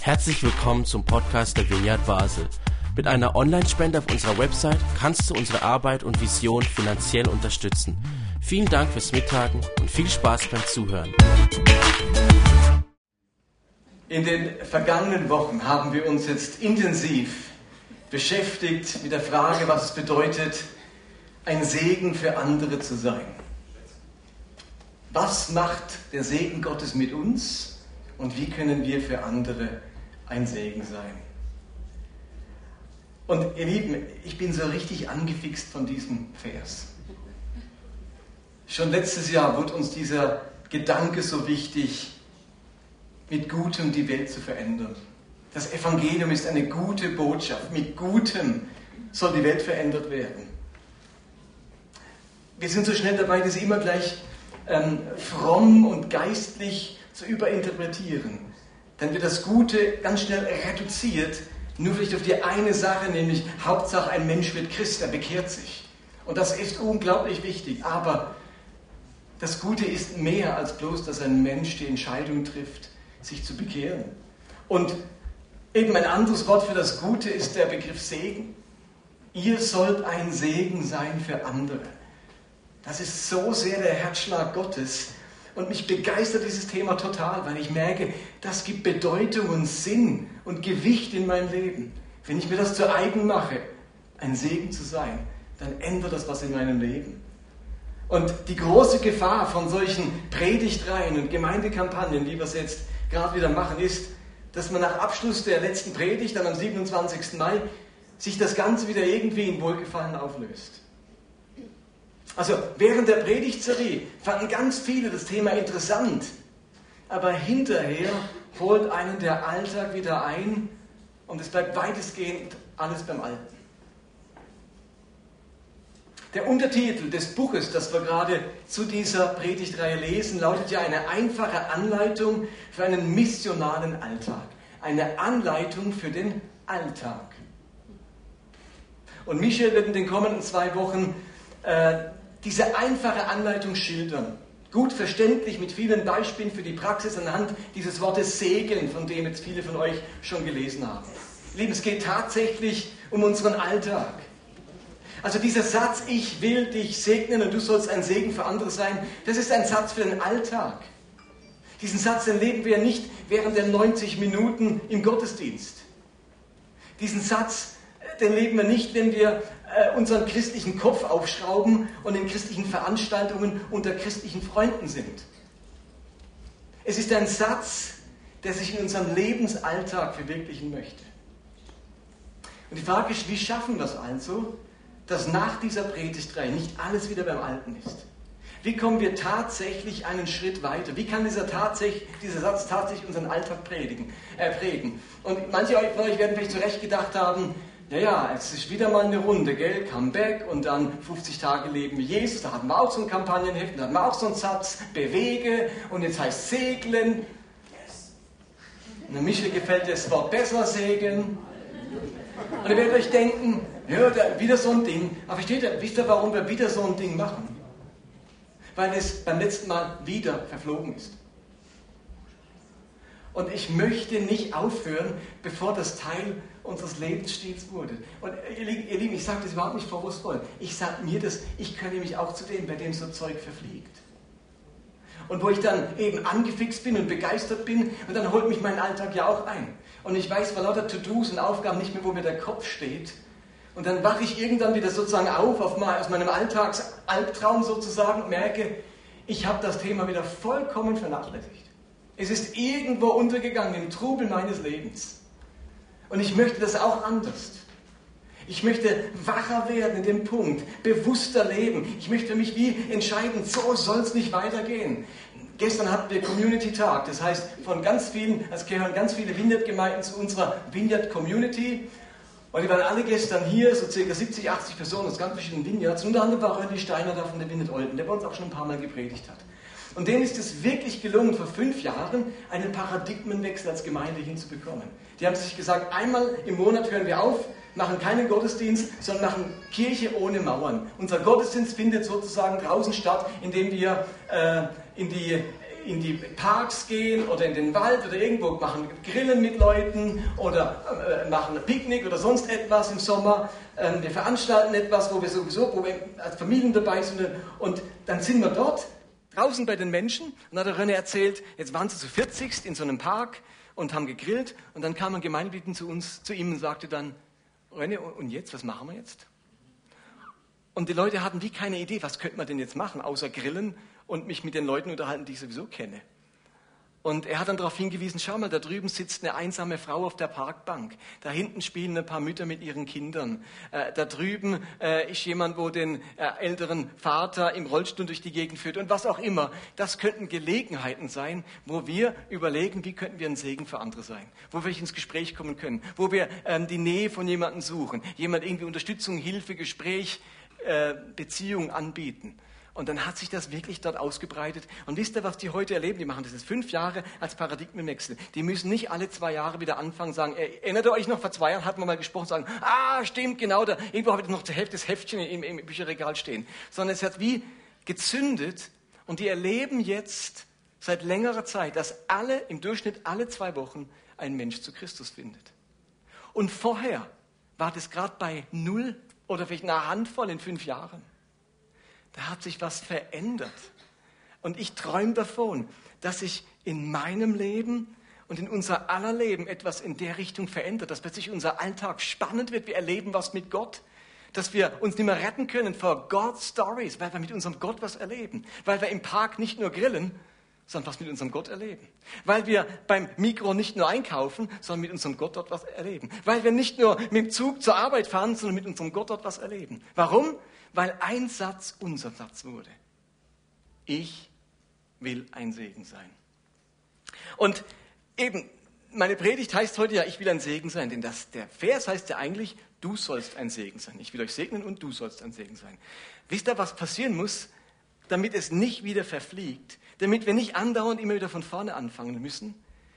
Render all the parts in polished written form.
Herzlich willkommen zum Podcast der Vineyard Basel. Mit einer Online-Spende auf unserer Website kannst du unsere Arbeit und Vision finanziell unterstützen. Vielen Dank fürs Mittagen und viel Spaß beim Zuhören. In den vergangenen Wochen haben wir uns jetzt intensiv beschäftigt mit der Frage, was es bedeutet, ein Segen für andere zu sein. Was macht der Segen Gottes mit uns und wie können wir für andere ein Segen sein? Und ihr Lieben, ich bin so richtig angefixt von diesem Vers. Schon letztes Jahr wurde uns dieser Gedanke so wichtig, mit Gutem die Welt zu verändern. Das Evangelium ist eine gute Botschaft. Mit Gutem soll die Welt verändert werden. Wir sind so schnell dabei, das immer gleich fromm und geistlich zu überinterpretieren. Dann wird das Gute ganz schnell reduziert, nur vielleicht auf die eine Sache, nämlich Hauptsache ein Mensch wird Christ, er bekehrt sich. Und das ist unglaublich wichtig. Aber das Gute ist mehr als bloß, dass ein Mensch die Entscheidung trifft, sich zu bekehren. Und eben ein anderes Wort für das Gute ist der Begriff Segen. Ihr sollt ein Segen sein für andere. Das ist so sehr der Herzschlag Gottes. Und mich begeistert dieses Thema total, weil ich merke, das gibt Bedeutung und Sinn und Gewicht in meinem Leben. Wenn ich mir das zu eigen mache, ein Segen zu sein, dann ändert das was in meinem Leben. Und die große Gefahr von solchen Predigtreihen und Gemeindekampagnen, wie wir es jetzt gerade wieder machen, ist, dass man nach Abschluss der letzten Predigt, dann am 27. Mai, sich das Ganze wieder irgendwie in Wohlgefallen auflöst. Also während der Predigtserie fanden ganz viele das Thema interessant, aber hinterher holt einen der Alltag wieder ein und es bleibt weitestgehend alles beim Alten. Der Untertitel des Buches, das wir gerade zu dieser Predigtreihe lesen, lautet ja eine einfache Anleitung für einen missionalen Alltag. Eine Anleitung für den Alltag. Und Michael wird in den kommenden 2 Wochen diese einfache Anleitung schildern. Gut verständlich mit vielen Beispielen für die Praxis anhand dieses Wortes Segen, von dem jetzt viele von euch schon gelesen haben. Lieben, es geht tatsächlich um unseren Alltag. Also dieser Satz, ich will dich segnen und du sollst ein Segen für andere sein, das ist ein Satz für den Alltag. Diesen Satz, den leben wir nicht während der 90 Minuten im Gottesdienst. Diesen Satz, den leben wir nicht, wenn wir unseren christlichen Kopf aufschrauben und in christlichen Veranstaltungen unter christlichen Freunden sind. Es ist ein Satz, der sich in unserem Lebensalltag verwirklichen möchte. Und die Frage ist, wie schaffen wir es also, dass nach dieser Predigtreihe nicht alles wieder beim Alten ist? Wie kommen wir tatsächlich einen Schritt weiter? Wie kann dieser Satz tatsächlich unseren Alltag prägen? Und manche von euch werden vielleicht zurecht gedacht haben, ja, es ist wieder mal eine Runde, gell? Comeback und dann 50 Tage Leben mit Jesus. Da hatten wir auch so ein Kampagnenheft, da hatten wir auch so einen Satz, bewege und jetzt heißt segnen. Und der Michel gefällt das Wort besser, Segen. Und ihr werdet euch denken, ja, wieder so ein Ding. Aber wisst ihr, warum wir wieder so ein Ding machen? Weil es beim letzten Mal wieder verflogen ist. Und ich möchte nicht aufhören, bevor das Teil unseres Lebensstils wurde. Und ihr Lieben, ich sage das überhaupt nicht vorwurfsvoll. Ich sage mir das, ich gehöre nämlich auch zu dem, bei dem so Zeug verfliegt. Und wo ich dann eben angefixt bin und begeistert bin, und dann holt mich mein Alltag ja auch ein. Und ich weiß vor lauter To-Dos und Aufgaben nicht mehr, wo mir der Kopf steht. Und dann wache ich irgendwann wieder sozusagen auf aus meinem Alltagsalbtraum sozusagen und merke, ich habe das Thema wieder vollkommen vernachlässigt. Es ist irgendwo untergegangen im Trubel meines Lebens. Und ich möchte das auch anders. Ich möchte wacher werden in dem Punkt, bewusster leben. Ich möchte mich wie entscheiden, so soll es nicht weitergehen. Gestern hatten wir Community-Tag, das heißt, es gehören ganz viele Vineyard-Gemeinden zu unserer Vineyard-Community. Und die waren alle gestern hier, so ca. 70, 80 Personen aus ganz verschiedenen Vineyards. Unter anderem war Rönni Steiner da von der Vineyard Olden, der bei uns auch schon ein paar Mal gepredigt hat. Und denen ist es wirklich gelungen, vor 5 Jahren einen Paradigmenwechsel als Gemeinde hinzubekommen. Die haben sich gesagt, einmal im Monat hören wir auf, machen keinen Gottesdienst, sondern machen Kirche ohne Mauern. Unser Gottesdienst findet sozusagen draußen statt, indem wir in in die Parks gehen oder in den Wald oder irgendwo, machen Grillen mit Leuten oder machen ein Picknick oder sonst etwas im Sommer. Wir veranstalten etwas, wo wir als Familien dabei sind. Und dann sind wir dort, draußen bei den Menschen. Und dann hat der René erzählt, jetzt waren sie zu 40 in so einem Park und haben gegrillt. Und dann kam ein Gemeindemitglied zu ihm und sagte dann, René, und jetzt, was machen wir jetzt? Und die Leute hatten wie keine Idee, was könnte man denn jetzt machen, außer grillen und mich mit den Leuten unterhalten, die ich sowieso kenne. Und er hat dann darauf hingewiesen, schau mal, da drüben sitzt eine einsame Frau auf der Parkbank. Da hinten spielen ein paar Mütter mit ihren Kindern. Da drüben ist jemand, wo den älteren Vater im Rollstuhl durch die Gegend führt und was auch immer. Das könnten Gelegenheiten sein, wo wir überlegen, wie könnten wir ein Segen für andere sein. Wo wir ins Gespräch kommen können. Wo wir die Nähe von jemandem suchen. Jemand irgendwie Unterstützung, Hilfe, Gespräch, Beziehung anbieten. Und dann hat sich das wirklich dort ausgebreitet. Und wisst ihr, was die heute erleben? Die machen das jetzt 5 Jahre als Paradigmenwechsel. Die müssen nicht alle 2 Jahre wieder anfangen, sagen, erinnert ihr euch noch, vor 2 Jahren hatten wir mal gesprochen, sagen, stimmt, genau, da irgendwo habe ich noch das Heftchen im Bücherregal stehen. Sondern es hat wie gezündet und die erleben jetzt seit längerer Zeit, dass im Durchschnitt alle 2 Wochen ein Mensch zu Christus findet. Und vorher war das gerade bei 0 oder vielleicht einer Handvoll in 5 Jahren. Da hat sich was verändert. Und ich träume davon, dass sich in meinem Leben und in unser aller Leben etwas in der Richtung verändert, dass plötzlich unser Alltag spannend wird. Wir erleben was mit Gott, dass wir uns nicht mehr retten können vor God's Stories, weil wir mit unserem Gott was erleben. Weil wir im Park nicht nur grillen, sondern was mit unserem Gott erleben. Weil wir beim Mikro nicht nur einkaufen, sondern mit unserem Gott dort was erleben. Weil wir nicht nur mit dem Zug zur Arbeit fahren, sondern mit unserem Gott dort was erleben. Warum? Weil ein Satz unser Satz wurde. Ich will ein Segen sein. Und eben, meine Predigt heißt heute ja, ich will ein Segen sein. Denn der Vers heißt ja eigentlich, du sollst ein Segen sein. Ich will euch segnen und du sollst ein Segen sein. Wisst ihr, was passieren muss, damit es nicht wieder verfliegt? Damit wir nicht andauernd immer wieder von vorne anfangen müssen.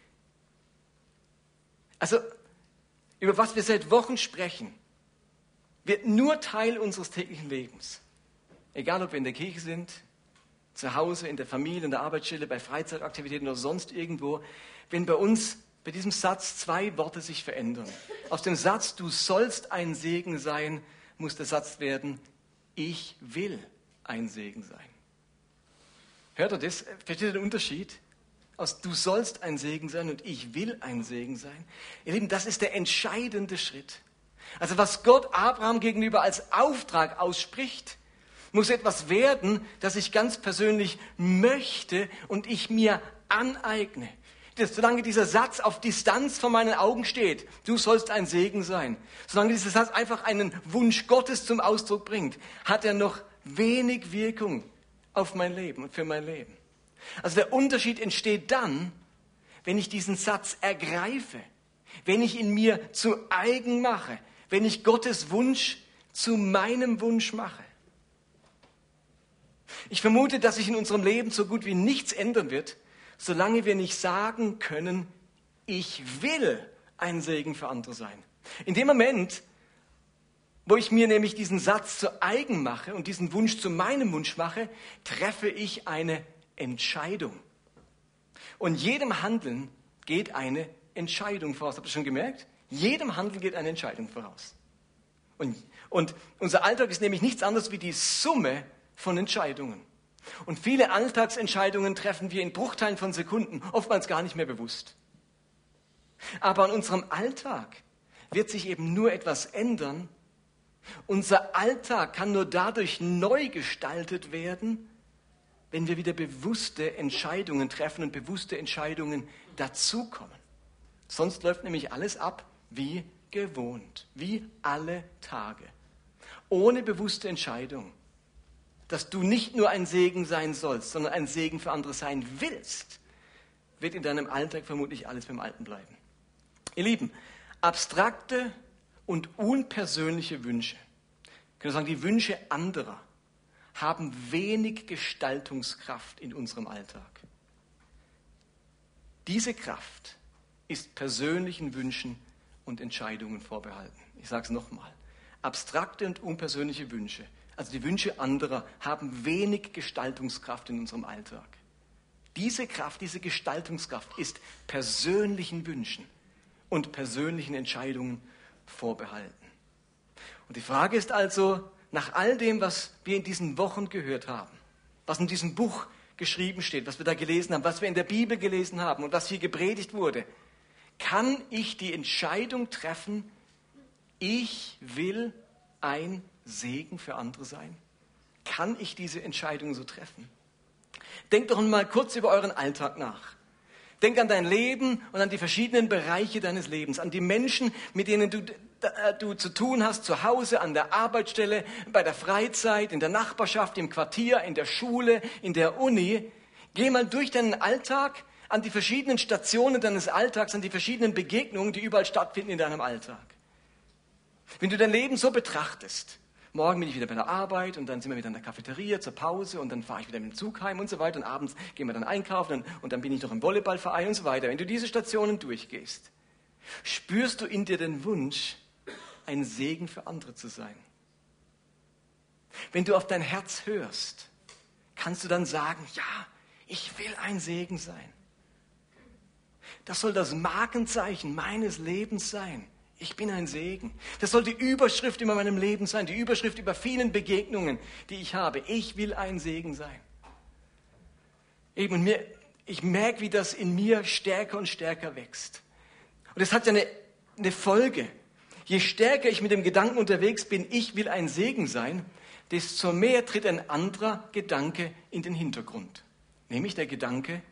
Also, über was wir seit Wochen sprechen, wird nur Teil unseres täglichen Lebens. Egal, ob wir in der Kirche sind, zu Hause, in der Familie, in der Arbeitsstelle, bei Freizeitaktivitäten oder sonst irgendwo, wenn bei uns bei diesem Satz 2 Worte sich verändern. Aus dem Satz, du sollst ein Segen sein, muss der Satz werden, ich will ein Segen sein. Hört ihr das? Versteht ihr den Unterschied? Aus du sollst ein Segen sein und ich will ein Segen sein. Ihr Lieben, das ist der entscheidende Schritt. Also was Gott Abraham gegenüber als Auftrag ausspricht, muss etwas werden, das ich ganz persönlich möchte und ich mir aneigne. Solange dieser Satz auf Distanz von meinen Augen steht, du sollst ein Segen sein, solange dieser Satz einfach einen Wunsch Gottes zum Ausdruck bringt, hat er noch wenig Wirkung auf mein Leben und für mein Leben. Also der Unterschied entsteht dann, wenn ich diesen Satz ergreife, wenn ich ihn mir zu eigen mache, wenn ich Gottes Wunsch zu meinem Wunsch mache. Ich vermute, dass sich in unserem Leben so gut wie nichts ändern wird, solange wir nicht sagen können, ich will ein Segen für andere sein. In dem Moment, wo ich mir nämlich diesen Satz zu eigen mache und diesen Wunsch zu meinem Wunsch mache, treffe ich eine Entscheidung. Und jedem Handeln geht eine Entscheidung voraus. Habt ihr schon gemerkt? Jedem Handeln geht eine Entscheidung voraus. Und unser Alltag ist nämlich nichts anderes wie die Summe von Entscheidungen. Und viele Alltagsentscheidungen treffen wir in Bruchteilen von Sekunden, oftmals gar nicht mehr bewusst. Aber an unserem Alltag wird sich eben nur etwas ändern. Unser Alltag kann nur dadurch neu gestaltet werden, wenn wir wieder bewusste Entscheidungen treffen und bewusste Entscheidungen dazukommen. Sonst läuft nämlich alles ab wie gewohnt, wie alle Tage. Ohne bewusste Entscheidung, dass du nicht nur ein Segen sein sollst, sondern ein Segen für andere sein willst, wird in deinem Alltag vermutlich alles beim Alten bleiben. Ihr Lieben, abstrakte und unpersönliche Wünsche, ich kann sagen, die Wünsche anderer, haben wenig Gestaltungskraft in unserem Alltag. Diese Kraft ist persönlichen Wünschen und Entscheidungen vorbehalten. Ich sage es nochmal. Abstrakte und unpersönliche Wünsche, also die Wünsche anderer, haben wenig Gestaltungskraft in unserem Alltag. Diese Kraft, diese Gestaltungskraft ist persönlichen Wünschen und persönlichen Entscheidungen vorbehalten. Und die Frage ist also, nach all dem, was wir in diesen Wochen gehört haben, was in diesem Buch geschrieben steht, was wir da gelesen haben, was wir in der Bibel gelesen haben und was hier gepredigt wurde, kann ich die Entscheidung treffen, ich will ein Segen für andere sein? Kann ich diese Entscheidung so treffen? Denkt doch mal kurz über euren Alltag nach. Denk an dein Leben und an die verschiedenen Bereiche deines Lebens, an die Menschen, mit denen du zu tun hast, zu Hause, an der Arbeitsstelle, bei der Freizeit, in der Nachbarschaft, im Quartier, in der Schule, in der Uni. Geh mal durch deinen Alltag, an die verschiedenen Stationen deines Alltags, an die verschiedenen Begegnungen, die überall stattfinden in deinem Alltag. Wenn du dein Leben so betrachtest, morgen bin ich wieder bei der Arbeit und dann sind wir wieder in der Cafeteria zur Pause und dann fahre ich wieder mit dem Zug heim und so weiter und abends gehen wir dann einkaufen und dann bin ich noch im Volleyballverein und so weiter. Wenn du diese Stationen durchgehst, spürst du in dir den Wunsch, ein Segen für andere zu sein. Wenn du auf dein Herz hörst, kannst du dann sagen, ja, ich will ein Segen sein. Das soll das Markenzeichen meines Lebens sein. Ich bin ein Segen. Das soll die Überschrift über meinem Leben sein, die Überschrift über vielen Begegnungen, die ich habe. Ich will ein Segen sein. Ich merke, wie das in mir stärker und stärker wächst. Und es hat ja eine Folge. Je stärker ich mit dem Gedanken unterwegs bin, ich will ein Segen sein, desto mehr tritt ein anderer Gedanke in den Hintergrund. Nämlich der Gedanke,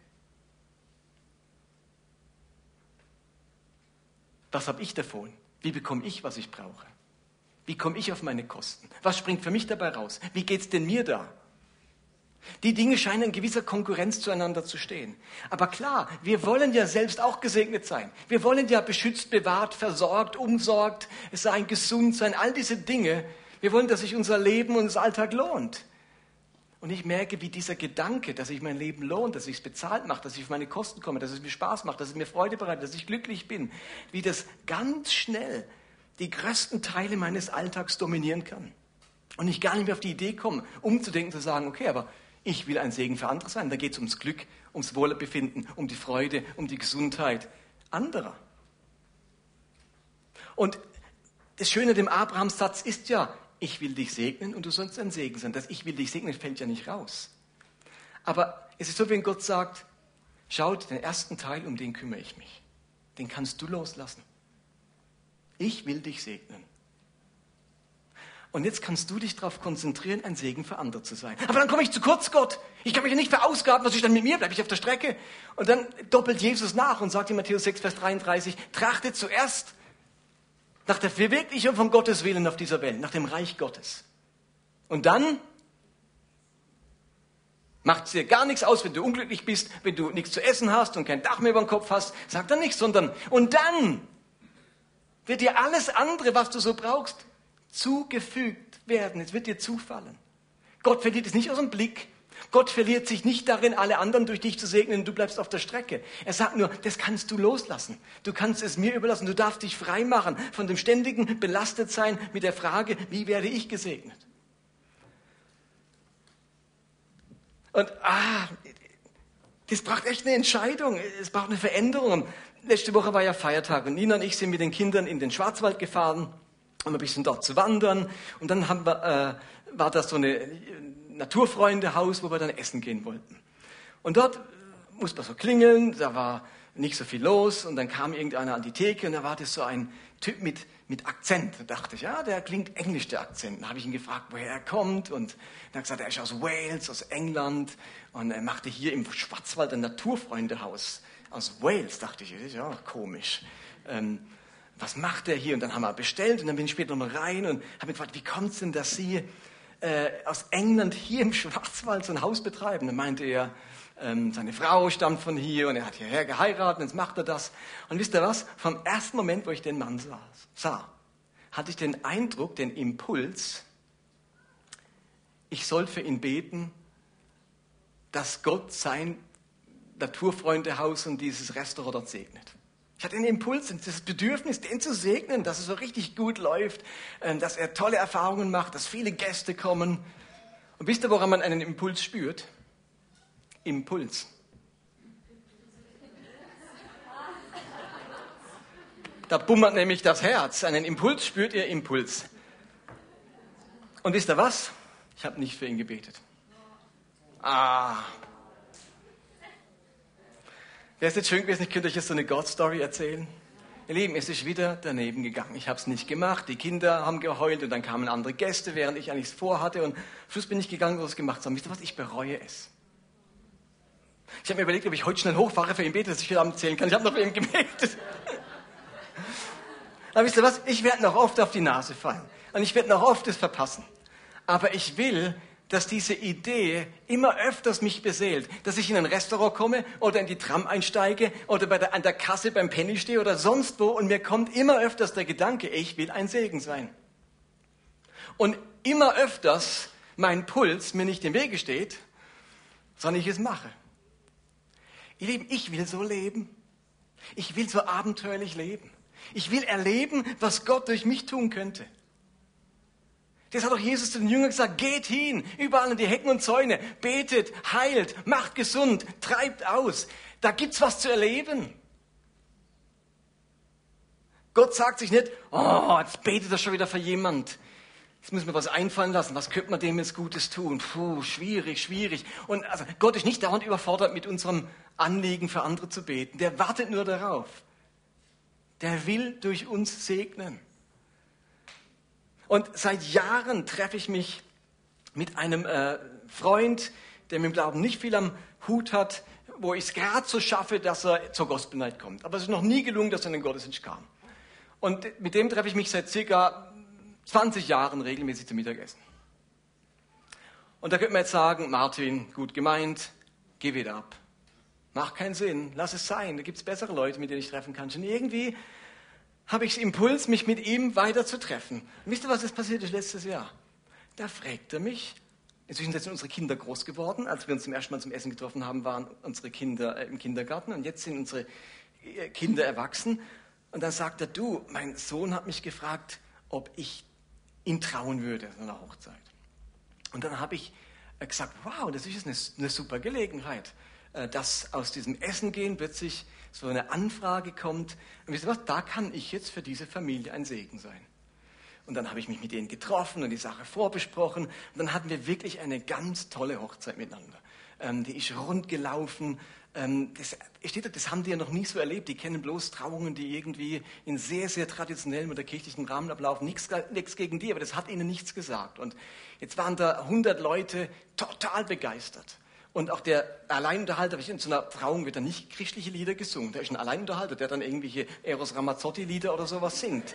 was habe ich davon? Wie bekomme ich, was ich brauche? Wie komme ich auf meine Kosten? Was springt für mich dabei raus? Wie geht es denn mir da? Die Dinge scheinen in gewisser Konkurrenz zueinander zu stehen. Aber klar, wir wollen ja selbst auch gesegnet sein. Wir wollen ja beschützt, bewahrt, versorgt, umsorgt sein, gesund sein, all diese Dinge. Wir wollen, dass sich unser Leben und unser Alltag lohnt. Und ich merke, wie dieser Gedanke, dass sich mein Leben lohnt, dass ich es bezahlt mache, dass ich auf meine Kosten komme, dass es mir Spaß macht, dass es mir Freude bereitet, dass ich glücklich bin, wie das ganz schnell die größten Teile meines Alltags dominieren kann. Und ich gar nicht mehr auf die Idee komme, umzudenken, zu sagen, okay, aber ich will ein Segen für andere sein. Da geht es ums Glück, ums Wohlbefinden, um die Freude, um die Gesundheit anderer. Und das Schöne an dem Abrahams-Satz ist ja, ich will dich segnen und du sollst ein Segen sein. Das Ich will dich segnen fällt ja nicht raus. Aber es ist so, wenn Gott sagt, schaut, den ersten Teil, um den kümmere ich mich. Den kannst du loslassen. Ich will dich segnen. Und jetzt kannst du dich darauf konzentrieren, ein Segen für andere zu sein. Aber dann komme ich zu kurz, Gott. Ich kann mich ja nicht verausgaben, was ist dann mit mir? Bleibe ich auf der Strecke? Und dann doppelt Jesus nach und sagt in Matthäus 6, Vers 33, trachtet zuerst nach der Verwirklichung von Gottes Willen auf dieser Welt, nach dem Reich Gottes. Und dann macht es dir gar nichts aus, wenn du unglücklich bist, wenn du nichts zu essen hast und kein Dach mehr über dem Kopf hast. Sag dann nichts, sondern und dann wird dir alles andere, was du so brauchst, zugefügt werden. Es wird dir zufallen. Gott verliert es nicht aus dem Blick. Gott verliert sich nicht darin, alle anderen durch dich zu segnen und du bleibst auf der Strecke. Er sagt nur, das kannst du loslassen. Du kannst es mir überlassen. Du darfst dich frei machen von dem ständigen Belastetsein mit der Frage, wie werde ich gesegnet? Und das braucht echt eine Entscheidung. Es braucht eine Veränderung. Letzte Woche war ja Feiertag und Nina und ich sind mit den Kindern in den Schwarzwald gefahren, um ein bisschen dort zu wandern. Und dann war das so eine Naturfreundehaus, wo wir dann essen gehen wollten. Und dort musste man so klingeln, da war nicht so viel los und dann kam irgendeiner an die Theke und da war das so ein Typ mit Akzent. Da dachte ich, ja, der klingt englisch, der Akzent. Dann habe ich ihn gefragt, woher er kommt und dann hat er gesagt, er ist aus Wales, aus England und er machte hier im Schwarzwald ein Naturfreundehaus. Aus Wales, dachte ich, das ist ja komisch. Was macht er hier? Und dann haben wir bestellt und dann bin ich später noch mal rein und habe mich gefragt, wie kommt es denn, dass Sie aus England hier im Schwarzwald so ein Haus betreiben? Dann meinte er, seine Frau stammt von hier und er hat hierher geheiratet und jetzt macht er das. Und wisst ihr was? Vom ersten Moment, wo ich den Mann sah, hatte ich den Eindruck, den Impuls, ich soll für ihn beten, dass Gott sein Naturfreundehaus und dieses Restaurant dort segnet. Ich hatte den Impuls, das Bedürfnis, den zu segnen, dass es so richtig gut läuft, dass er tolle Erfahrungen macht, dass viele Gäste kommen. Und wisst ihr, woran man einen Impuls spürt? Impuls. Da bummert nämlich das Herz. Einen Impuls spürt ihr Impuls. Und wisst ihr was? Ich habe nicht für ihn gebetet. Wäre es nicht schön gewesen, ich könnte euch jetzt so eine God-Story erzählen? Ihr Lieben, es ist wieder daneben gegangen. Ich habe es nicht gemacht, die Kinder haben geheult und dann kamen andere Gäste, während ich eigentlich es vorhatte. Und am Schluss bin ich gegangen, wo es gemacht haben. Wisst ihr was? Ich bereue es. Ich habe mir überlegt, ob ich heute schnell hochfahre für ihn bete, dass ich heute Abend erzählen kann. Ich habe noch für ihn gebetet. Aber wisst ihr was? Ich werde noch oft auf die Nase fallen. Und ich werde noch oft es verpassen. Aber ich will, dass diese Idee immer öfters mich beseelt. Dass ich in ein Restaurant komme oder in die Tram einsteige oder an der Kasse beim Penny stehe oder sonst wo und mir kommt immer öfters der Gedanke, ich will ein Segen sein. Und immer öfters mein Puls mir nicht im Wege steht, sondern ich es mache. Ihr Lieben, ich will so leben. Ich will so abenteuerlich leben. Ich will erleben, was Gott durch mich tun könnte. Das hat auch Jesus zu den Jüngern gesagt, geht hin, überall an die Hecken und Zäune, betet, heilt, macht gesund, treibt aus. Da gibt's was zu erleben. Gott sagt sich nicht, jetzt betet er schon wieder für jemand. Jetzt müssen wir was einfallen lassen, was könnte man dem jetzt Gutes tun? Schwierig. Und also Gott ist nicht dauernd überfordert, mit unserem Anliegen für andere zu beten. Der wartet nur darauf. Der will durch uns segnen. Und seit Jahren treffe ich mich mit einem Freund, der mit dem Glauben nicht viel am Hut hat, wo ich es gerade so schaffe, dass er zur Gospel Night kommt. Aber es ist noch nie gelungen, dass er in den Gottesdienst kam. Und mit dem treffe ich mich seit circa 20 Jahren regelmäßig zum Mittagessen. Und da könnte man jetzt sagen, Martin, gut gemeint, give it up. Macht keinen Sinn, lass es sein. Da gibt es bessere Leute, mit denen ich treffen kann. Und irgendwie habe ich den Impuls, mich mit ihm weiter zu treffen. Und wisst ihr, was ist passiert ist letztes Jahr? Da fragt er mich, inzwischen sind unsere Kinder groß geworden. Als wir uns zum ersten Mal zum Essen getroffen haben, waren unsere Kinder im Kindergarten. Und jetzt sind unsere Kinder erwachsen. Und dann sagt er, du, mein Sohn hat mich gefragt, ob ich ihm trauen würde an einer Hochzeit. Und dann habe ich gesagt, wow, das ist eine super Gelegenheit, dass aus diesem Essen gehen plötzlich so eine Anfrage kommt. Und wisst ihr was, da kann ich jetzt für diese Familie ein Segen sein. Und dann habe ich mich mit denen getroffen und die Sache vorbesprochen. Und dann hatten wir wirklich eine ganz tolle Hochzeit miteinander. Die ist rund gelaufen. Das haben die ja noch nie so erlebt. Die kennen bloß Trauungen, die irgendwie in sehr, sehr traditionellem oder kirchlichen Rahmen ablaufen. Nichts gegen die, aber das hat ihnen nichts gesagt. Und jetzt waren da 100 Leute total begeistert. Und auch der Alleinunterhalter, in so einer Trauung wird dann nicht christliche Lieder gesungen. Da ist ein Alleinunterhalter, der dann irgendwelche Eros Ramazzotti-Lieder oder sowas singt.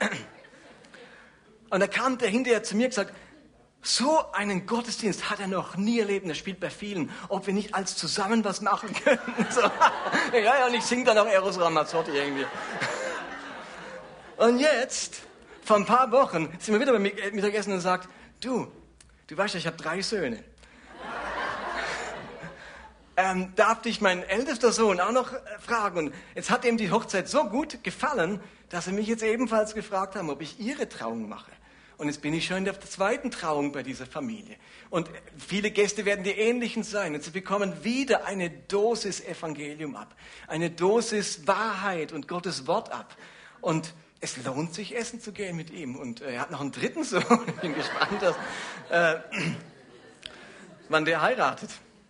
Und da kam der hinterher zu mir und gesagt, so einen Gottesdienst hat er noch nie erlebt. Und er spielt bei vielen, ob wir nicht als zusammen was machen können. So. Ja, und ich singe dann auch Eros Ramazzotti irgendwie. Und jetzt, vor ein paar Wochen, sind wir wieder beim Mittagessen und sagt, du weißt ja, ich habe 3 Söhne. Darf dich mein ältester Sohn auch noch fragen? Und jetzt hat ihm die Hochzeit so gut gefallen, dass sie mich jetzt ebenfalls gefragt haben, ob ich ihre Trauung mache. Und jetzt bin ich schon in der 2. Trauung bei dieser Familie. Und viele Gäste werden die ähnlichen sein. Und sie bekommen wieder eine Dosis Evangelium ab. Eine Dosis Wahrheit und Gottes Wort ab. Und es lohnt sich, essen zu gehen mit ihm. Und er hat noch einen 3. Sohn. Ich bin gespannt, wann der heiratet.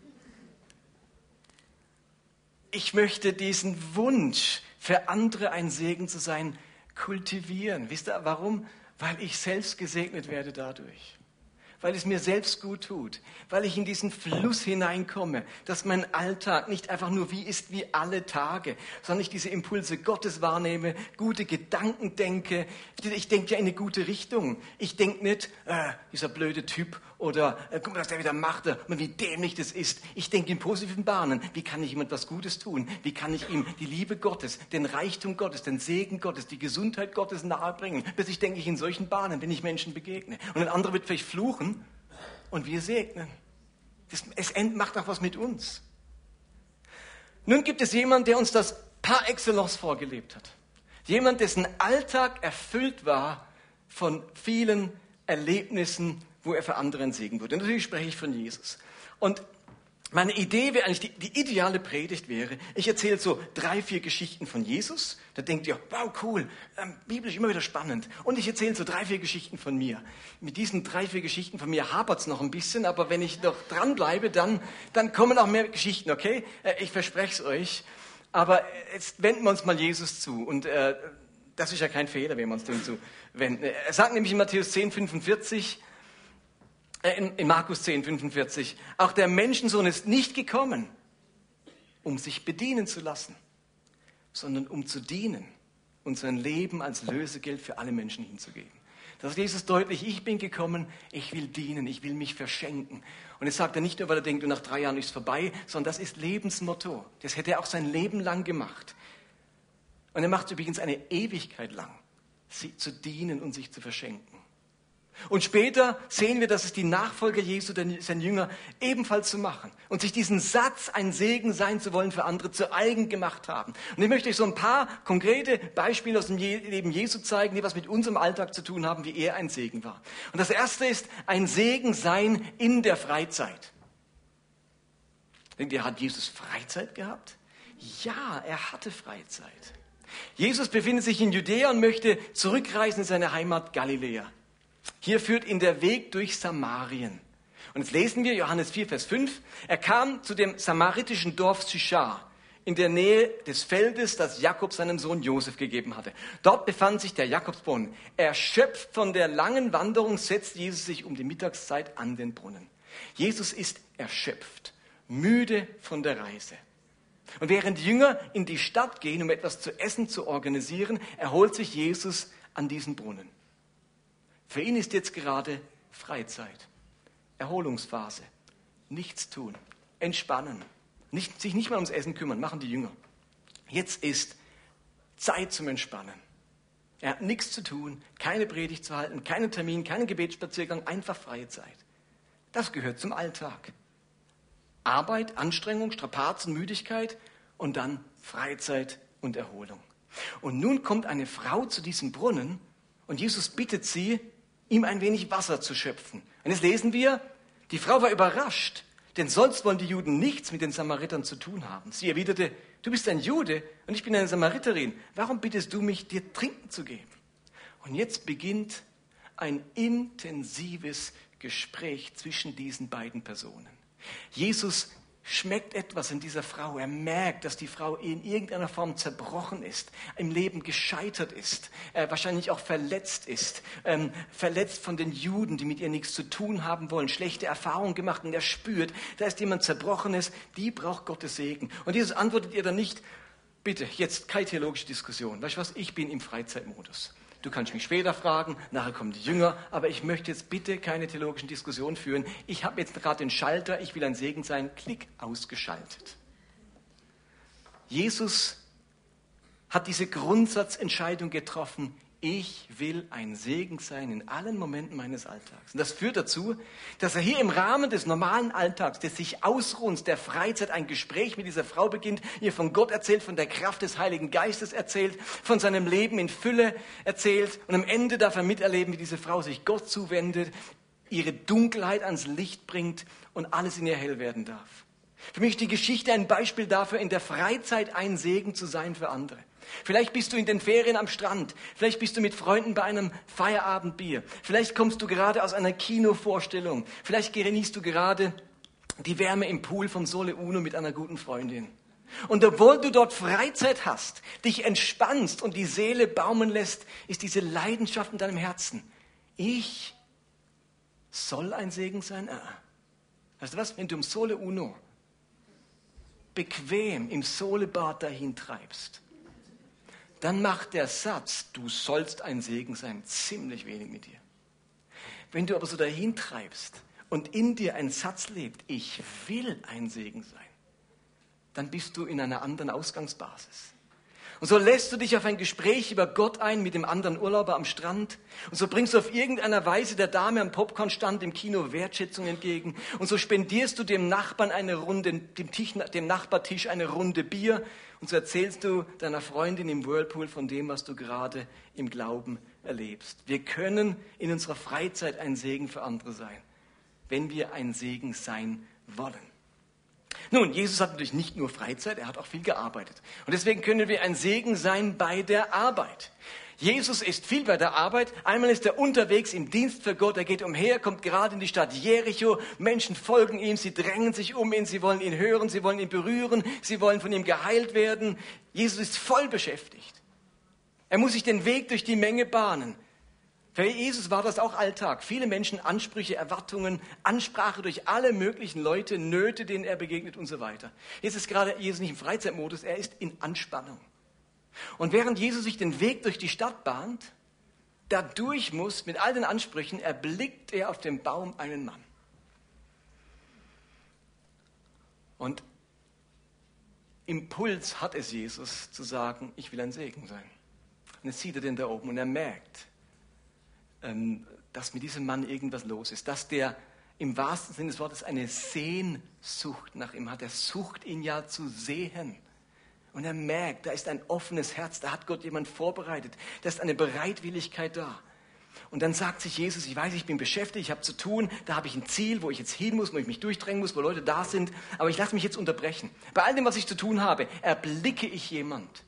Ich möchte diesen Wunsch, für andere ein Segen zu sein, kultivieren. Wisst ihr, warum? Weil ich selbst gesegnet werde dadurch. Weil es mir selbst gut tut. Weil ich in diesen Fluss hineinkomme, dass mein Alltag nicht einfach nur wie ist wie alle Tage, sondern ich diese Impulse Gottes wahrnehme, gute Gedanken denke. Ich denke ja in eine gute Richtung. Ich denke nicht, dieser blöde Typ oder guck mal, was der wieder macht, wie dämlich das ist. Ich denke in positiven Bahnen. Wie kann ich ihm etwas Gutes tun? Wie kann ich ihm die Liebe Gottes, den Reichtum Gottes, den Segen Gottes, die Gesundheit Gottes nahebringen? Plötzlich denke ich in solchen Bahnen, wenn ich Menschen begegne. Und ein anderer wird vielleicht fluchen und wir segnen. Es macht auch was mit uns. Nun gibt es jemanden, der uns das par excellence vorgelebt hat. Jemand, dessen Alltag erfüllt war von vielen Erlebnissen, wo er für andere ein Segen wurde. Und natürlich spreche ich von Jesus. Und Meine Idee wäre eigentlich, die ideale Predigt wäre, ich erzähle so 3, 4 Geschichten von Jesus. Da denkt ihr, wow, cool, biblisch immer wieder spannend. Und ich erzähle so 3, 4 Geschichten von mir. Mit diesen 3, 4 Geschichten von mir hapert es noch ein bisschen, aber wenn ich noch dranbleibe, dann kommen auch mehr Geschichten, okay? Ich verspreche es euch. Aber jetzt wenden wir uns mal Jesus zu. Und das ist ja kein Fehler, wenn wir uns dem zuwenden. Er sagt nämlich in Matthäus 10,45, in Markus 10,45, auch der Menschensohn ist nicht gekommen, um sich bedienen zu lassen, sondern um zu dienen und sein Leben als Lösegeld für alle Menschen hinzugeben. Das sagt Jesus deutlich, ich bin gekommen, ich will dienen, ich will mich verschenken. Und das sagt er nicht nur, weil er denkt, nach 3 Jahren ist es vorbei, sondern das ist Lebensmotto. Das hätte er auch sein Leben lang gemacht. Und er macht es übrigens eine Ewigkeit lang, sie zu dienen und sich zu verschenken. Und später sehen wir, dass es die Nachfolger Jesu, sein Jünger, ebenfalls so machen und sich diesen Satz, ein Segen sein zu wollen für andere, zu eigen gemacht haben. Und ich möchte euch so ein paar konkrete Beispiele aus dem Leben Jesu zeigen, die was mit unserem Alltag zu tun haben, wie er ein Segen war. Und das erste ist, ein Segen sein in der Freizeit. Denkt ihr, hat Jesus Freizeit gehabt? Ja, er hatte Freizeit. Jesus befindet sich in Judäa und möchte zurückreisen in seine Heimat Galiläa. Hier führt ihn der Weg durch Samarien. Und jetzt lesen wir Johannes 4, Vers 5. Er kam zu dem samaritischen Dorf Sychar, in der Nähe des Feldes, das Jakob seinem Sohn Josef gegeben hatte. Dort befand sich der Jakobsbrunnen. Erschöpft von der langen Wanderung setzte Jesus sich um die Mittagszeit an den Brunnen. Jesus ist erschöpft, müde von der Reise. Und während die Jünger in die Stadt gehen, um etwas zu essen zu organisieren, erholt sich Jesus an diesem Brunnen. Für ihn ist jetzt gerade Freizeit, Erholungsphase, nichts tun, entspannen, sich nicht mal ums Essen kümmern, machen die Jünger. Jetzt ist Zeit zum Entspannen. Er hat nichts zu tun, keine Predigt zu halten, keinen Termin, keinen Gebetsspaziergang, einfach freie Zeit. Das gehört zum Alltag. Arbeit, Anstrengung, Strapazen, Müdigkeit und dann Freizeit und Erholung. Und nun kommt eine Frau zu diesem Brunnen und Jesus bittet sie, ihm ein wenig Wasser zu schöpfen. Und jetzt lesen wir, die Frau war überrascht, denn sonst wollen die Juden nichts mit den Samaritern zu tun haben. Sie erwiderte, du bist ein Jude und ich bin eine Samariterin. Warum bittest du mich, dir trinken zu geben? Und jetzt beginnt ein intensives Gespräch zwischen diesen beiden Personen. Jesus schmeckt etwas in dieser Frau. Er merkt, dass die Frau in irgendeiner Form zerbrochen ist, im Leben gescheitert ist, wahrscheinlich auch verletzt ist, verletzt von den Juden, die mit ihr nichts zu tun haben wollen, schlechte Erfahrungen gemacht und er spürt, da ist jemand Zerbrochenes, die braucht Gottes Segen. Und Jesus antwortet ihr dann nicht, bitte, jetzt keine theologische Diskussion. Weißt du was, ich bin im Freizeitmodus. Du kannst mich später fragen, nachher kommen die Jünger, aber ich möchte jetzt bitte keine theologischen Diskussionen führen. Ich habe jetzt gerade den Schalter, ich will ein Segen sein, Klick, ausgeschaltet. Jesus hat diese Grundsatzentscheidung getroffen, ich will ein Segen sein in allen Momenten meines Alltags. Und das führt dazu, dass er hier im Rahmen des normalen Alltags, des sich Ausruhens, der Freizeit, ein Gespräch mit dieser Frau beginnt, ihr von Gott erzählt, von der Kraft des Heiligen Geistes erzählt, von seinem Leben in Fülle erzählt. Und am Ende darf er miterleben, wie diese Frau sich Gott zuwendet, ihre Dunkelheit ans Licht bringt und alles in ihr hell werden darf. Für mich ist die Geschichte ein Beispiel dafür, in der Freizeit ein Segen zu sein für andere. Vielleicht bist du in den Ferien am Strand, vielleicht bist du mit Freunden bei einem Feierabendbier, vielleicht kommst du gerade aus einer Kinovorstellung, vielleicht genießt du gerade die Wärme im Pool vom Sole Uno mit einer guten Freundin. Und obwohl du dort Freizeit hast, dich entspannst und die Seele baumeln lässt, ist diese Leidenschaft in deinem Herzen. Ich soll ein Segen sein? Weißt du was, wenn du im Sole Uno bequem im Solebad dahin treibst, dann macht der Satz, du sollst ein Segen sein, ziemlich wenig mit dir. Wenn du aber so dahin treibst und in dir ein Satz lebt, ich will ein Segen sein, dann bist du in einer anderen Ausgangsbasis. Und so lässt du dich auf ein Gespräch über Gott ein mit dem anderen Urlauber am Strand. Und so bringst du auf irgendeiner Weise der Dame am Popcornstand im Kino Wertschätzung entgegen. Und so spendierst du dem Nachbarn eine Runde, dem Nachbartisch eine Runde Bier. Und so erzählst du deiner Freundin im Whirlpool von dem, was du gerade im Glauben erlebst. Wir können in unserer Freizeit ein Segen für andere sein, wenn wir ein Segen sein wollen. Nun, Jesus hat natürlich nicht nur Freizeit, er hat auch viel gearbeitet. Und deswegen können wir ein Segen sein bei der Arbeit. Jesus ist viel bei der Arbeit. Einmal ist er unterwegs im Dienst für Gott. Er geht umher, kommt gerade in die Stadt Jericho. Menschen folgen ihm, sie drängen sich um ihn, sie wollen ihn hören, sie wollen ihn berühren, sie wollen von ihm geheilt werden. Jesus ist voll beschäftigt. Er muss sich den Weg durch die Menge bahnen. Für Jesus war das auch Alltag. Viele Menschen, Ansprüche, Erwartungen, Ansprache durch alle möglichen Leute, Nöte, denen er begegnet und so weiter. Jetzt ist gerade Jesus nicht im Freizeitmodus, er ist in Anspannung. Und während Jesus sich den Weg durch die Stadt bahnt, dadurch muss, mit all den Ansprüchen, erblickt er auf dem Baum einen Mann. Und Impuls hat es Jesus zu sagen, ich will ein Segen sein. Und jetzt sieht er den da oben und er merkt, dass mit diesem Mann irgendwas los ist, dass der im wahrsten Sinne des Wortes eine Sehnsucht nach ihm hat. Er sucht ihn ja zu sehen. Und er merkt, da ist ein offenes Herz, da hat Gott jemand vorbereitet, da ist eine Bereitwilligkeit da. Und dann sagt sich Jesus, ich weiß, ich bin beschäftigt, ich habe zu tun, da habe ich ein Ziel, wo ich jetzt hin muss, wo ich mich durchdrängen muss, wo Leute da sind, aber ich lasse mich jetzt unterbrechen. Bei all dem, was ich zu tun habe, erblicke ich jemand.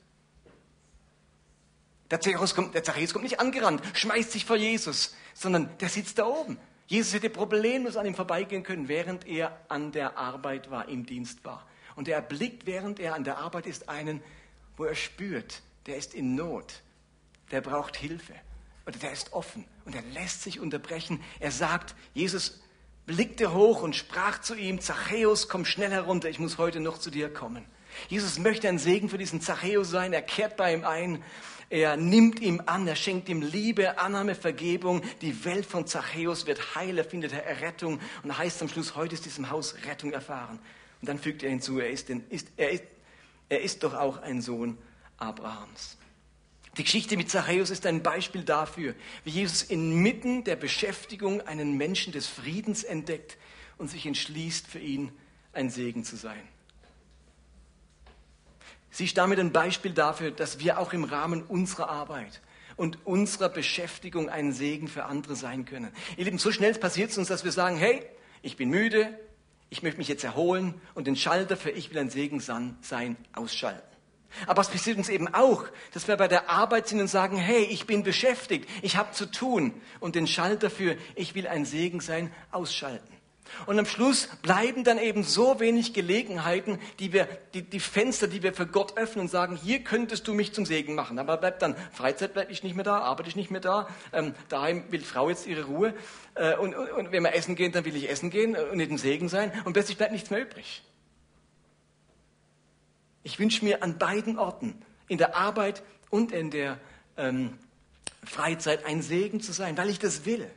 Der Zachäus kommt nicht angerannt, schmeißt sich vor Jesus, sondern der sitzt da oben. Jesus hätte problemlos an ihm vorbeigehen können, während er an der Arbeit war, im Dienst war. Und er erblickt, während er an der Arbeit ist, einen, wo er spürt, der ist in Not, der braucht Hilfe oder der ist offen und er lässt sich unterbrechen. Er sagt, Jesus blickte hoch und sprach zu ihm, Zachäus, komm schnell herunter, ich muss heute noch zu dir kommen. Jesus möchte ein Segen für diesen Zachäus sein, er kehrt bei ihm ein, er nimmt ihm an, er schenkt ihm Liebe, Annahme, Vergebung. Die Welt von Zachäus wird heil, er findet Errettung und heißt am Schluss, heute ist diesem Haus Rettung erfahren. Und dann fügt er hinzu, er ist doch auch ein Sohn Abrahams. Die Geschichte mit Zachäus ist ein Beispiel dafür, wie Jesus inmitten der Beschäftigung einen Menschen des Friedens entdeckt und sich entschließt, für ihn ein Segen zu sein. Sie ist damit ein Beispiel dafür, dass wir auch im Rahmen unserer Arbeit und unserer Beschäftigung ein Segen für andere sein können. Ihr Lieben, so schnell passiert es uns, dass wir sagen, hey, ich bin müde, ich möchte mich jetzt erholen und den Schalter für ich will ein Segen sein ausschalten. Aber es passiert uns eben auch, dass wir bei der Arbeit sind und sagen, hey, ich bin beschäftigt, ich habe zu tun und den Schalter für ich will ein Segen sein ausschalten. Und am Schluss bleiben dann eben so wenig Gelegenheiten, die Fenster, die wir für Gott öffnen und sagen, hier könntest du mich zum Segen machen. Aber bleibt dann, Freizeit bleibt ich nicht mehr da, Arbeit ich nicht mehr da, daheim will Frau jetzt ihre Ruhe und wenn wir essen gehen, dann will ich essen gehen und nicht ein Segen sein und plötzlich bleibt nichts mehr übrig. Ich wünsche mir an beiden Orten, in der Arbeit und in der Freizeit, ein Segen zu sein, weil ich das will.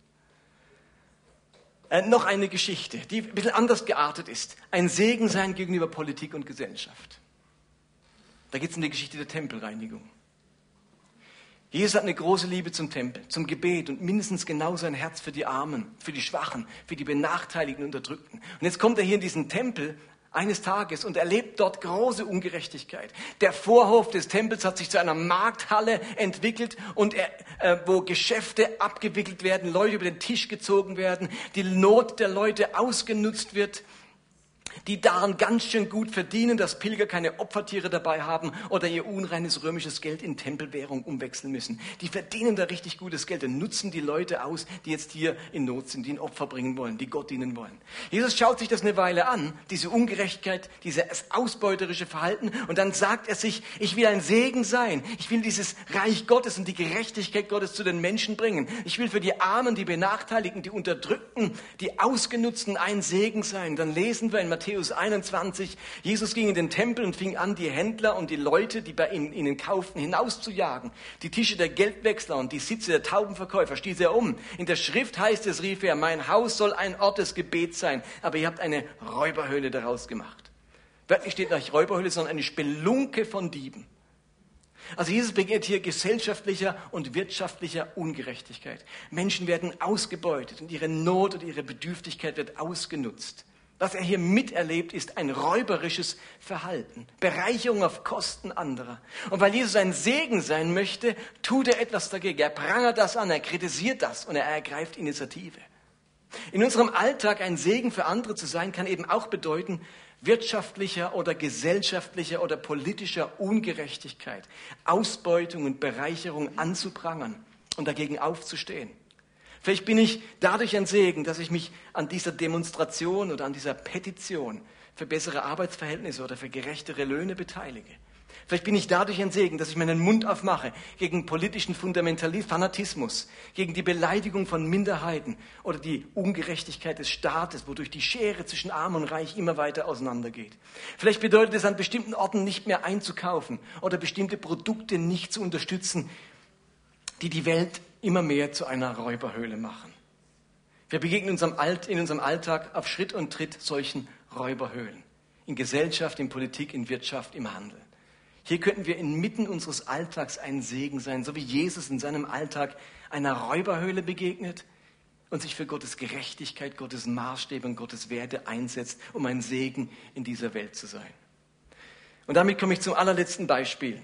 Noch eine Geschichte, die ein bisschen anders geartet ist. Ein Segen sein gegenüber Politik und Gesellschaft. Da geht es um die Geschichte der Tempelreinigung. Jesus hat eine große Liebe zum Tempel, zum Gebet und mindestens genauso ein Herz für die Armen, für die Schwachen, für die Benachteiligten und Unterdrückten. Und jetzt kommt er hier in diesen Tempel eines Tages und erlebt dort große Ungerechtigkeit. Der Vorhof des Tempels hat sich zu einer Markthalle entwickelt und wo Geschäfte abgewickelt werden, Leute über den Tisch gezogen werden, die Not der Leute ausgenutzt wird, die daran ganz schön gut verdienen, dass Pilger keine Opfertiere dabei haben oder ihr unreines römisches Geld in Tempelwährung umwechseln müssen. Die verdienen da richtig gutes Geld und nutzen die Leute aus, die jetzt hier in Not sind, die ein Opfer bringen wollen, die Gott dienen wollen. Jesus schaut sich das eine Weile an, diese Ungerechtigkeit, dieses ausbeuterische Verhalten und dann sagt er sich, ich will ein Segen sein. Ich will dieses Reich Gottes und die Gerechtigkeit Gottes zu den Menschen bringen. Ich will für die Armen, die Benachteiligten, die Unterdrückten, die Ausgenutzten ein Segen sein. Dann lesen wir in Matthäus 21, Jesus ging in den Tempel und fing an, die Händler und die Leute, die bei ihnen kauften, hinauszujagen. Die Tische der Geldwechsler und die Sitze der Taubenverkäufer stieß er um. In der Schrift heißt es, rief er, mein Haus soll ein Ort des Gebets sein, aber ihr habt eine Räuberhöhle daraus gemacht. Wörtlich steht nicht Räuberhöhle, sondern eine Spelunke von Dieben. Also Jesus begegnet hier gesellschaftlicher und wirtschaftlicher Ungerechtigkeit. Menschen werden ausgebeutet und ihre Not und ihre Bedürftigkeit wird ausgenutzt. Was er hier miterlebt, ist ein räuberisches Verhalten. Bereicherung auf Kosten anderer. Und weil Jesus ein Segen sein möchte, tut er etwas dagegen. Er prangert das an, er kritisiert das und er ergreift Initiative. In unserem Alltag ein Segen für andere zu sein, kann eben auch bedeuten, wirtschaftlicher oder gesellschaftlicher oder politischer Ungerechtigkeit, Ausbeutung und Bereicherung anzuprangern und dagegen aufzustehen. Vielleicht bin ich dadurch ein Segen, dass ich mich an dieser Demonstration oder an dieser Petition für bessere Arbeitsverhältnisse oder für gerechtere Löhne beteilige. Vielleicht bin ich dadurch ein Segen, dass ich meinen Mund aufmache gegen politischen Fanatismus, gegen die Beleidigung von Minderheiten oder die Ungerechtigkeit des Staates, wodurch die Schere zwischen Arm und Reich immer weiter auseinandergeht. Vielleicht bedeutet es, an bestimmten Orten nicht mehr einzukaufen oder bestimmte Produkte nicht zu unterstützen, die die Welt immer mehr zu einer Räuberhöhle machen. Wir begegnen in unserem Alltag auf Schritt und Tritt solchen Räuberhöhlen. In Gesellschaft, in Politik, in Wirtschaft, im Handel. Hier könnten wir inmitten unseres Alltags ein Segen sein, so wie Jesus in seinem Alltag einer Räuberhöhle begegnet und sich für Gottes Gerechtigkeit, Gottes Maßstäbe und Gottes Werte einsetzt, um ein Segen in dieser Welt zu sein. Und damit komme ich zum allerletzten Beispiel.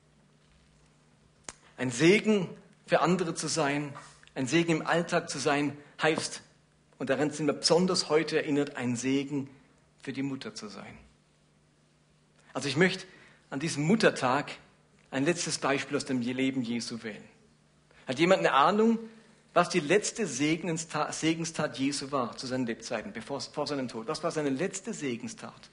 Ein Segen für andere zu sein, ein Segen im Alltag zu sein, heißt, und daran sind wir besonders heute erinnert, ein Segen für die Mutter zu sein. Also ich möchte an diesem Muttertag ein letztes Beispiel aus dem Leben Jesu wählen. Hat jemand eine Ahnung, was die letzte Segenstat Jesu war zu seinen Lebzeiten, vor seinem Tod? Was war seine letzte Segenstat?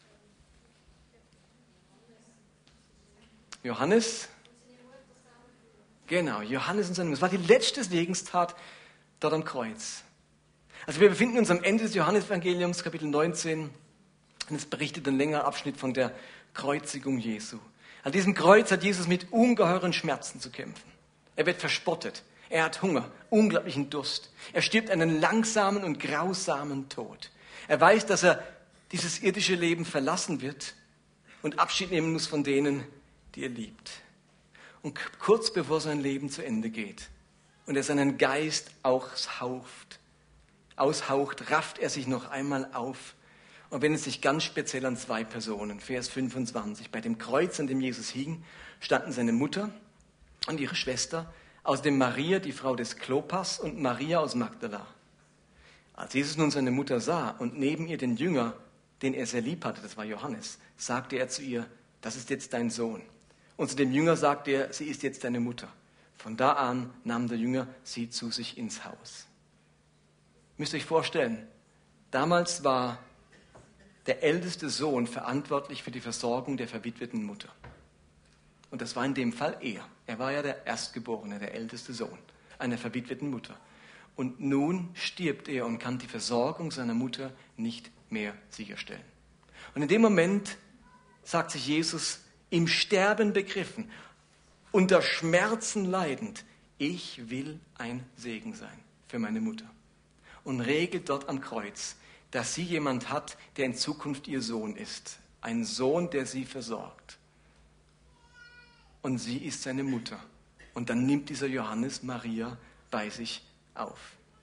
Johannes? Genau, Johannes und seine Mutter. Das war die letzte Segenstat dort am Kreuz. Also wir befinden uns am Ende des Johannesevangeliums, Kapitel 19. Und es berichtet ein längerer Abschnitt von der Kreuzigung Jesu. An diesem Kreuz hat Jesus mit ungeheuren Schmerzen zu kämpfen. Er wird verspottet. Er hat Hunger, unglaublichen Durst. Er stirbt einen langsamen und grausamen Tod. Er weiß, dass er dieses irdische Leben verlassen wird und Abschied nehmen muss von denen, die er liebt. Und kurz bevor sein Leben zu Ende geht und er seinen Geist aushaucht, rafft er sich noch einmal auf und wendet sich ganz speziell an zwei Personen. Vers 25. Bei dem Kreuz, an dem Jesus hing, standen seine Mutter und ihre Schwester, außerdem Maria, die Frau des Klopas, und Maria aus Magdala. Als Jesus nun seine Mutter sah und neben ihr den Jünger, den er sehr lieb hatte, das war Johannes, sagte er zu ihr, das ist jetzt dein Sohn. Und zu dem Jünger sagte er, sie ist jetzt deine Mutter. Von da an nahm der Jünger sie zu sich ins Haus. Müsst ihr euch vorstellen, damals war der älteste Sohn verantwortlich für die Versorgung der verwitweten Mutter. Und das war in dem Fall er. Er war ja der Erstgeborene, der älteste Sohn einer verwitweten Mutter. Und nun stirbt er und kann die Versorgung seiner Mutter nicht mehr sicherstellen. Und in dem Moment sagt sich Jesus, im Sterben begriffen, unter Schmerzen leidend, ich will ein Segen sein für meine Mutter. Und regelt dort am Kreuz, dass sie jemand hat, der in Zukunft ihr Sohn ist. Ein Sohn, der sie versorgt. Und sie ist seine Mutter. Und dann nimmt dieser Johannes Maria bei sich auf.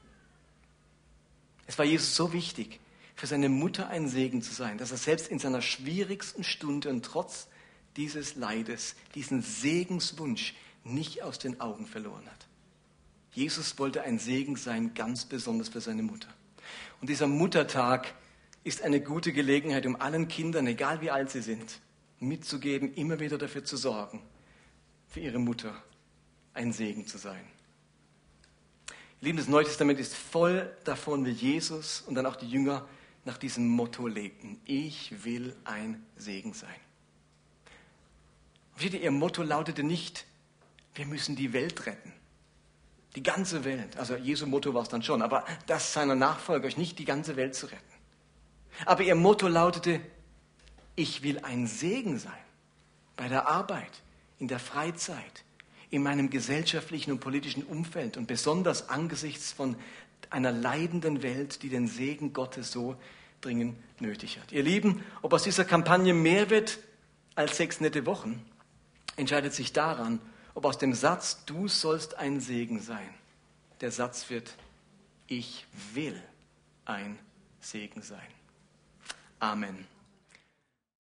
Es war Jesus so wichtig, für seine Mutter ein Segen zu sein, dass er selbst in seiner schwierigsten Stunde und trotz dieses Leides, diesen Segenswunsch nicht aus den Augen verloren hat. Jesus wollte ein Segen sein, ganz besonders für seine Mutter. Und dieser Muttertag ist eine gute Gelegenheit, um allen Kindern, egal wie alt sie sind, mitzugeben, immer wieder dafür zu sorgen, für ihre Mutter ein Segen zu sein. Ihr Lieben, das Neue Testament ist voll davon, wie Jesus und dann auch die Jünger nach diesem Motto lebten. Ich will ein Segen sein. Versteht ihr, ihr Motto lautete nicht, wir müssen die Welt retten. Die ganze Welt. Also Jesu Motto war es dann schon, aber das seiner Nachfolger, euch nicht die ganze Welt zu retten. Aber ihr Motto lautete, ich will ein Segen sein. Bei der Arbeit, in der Freizeit, in meinem gesellschaftlichen und politischen Umfeld und besonders angesichts von einer leidenden Welt, die den Segen Gottes so dringend nötig hat. Ihr Lieben, ob aus dieser Kampagne mehr wird als 6 nette Wochen, entscheidet sich daran, ob aus dem Satz, du sollst ein Segen sein, der Satz wird, ich will ein Segen sein. Amen.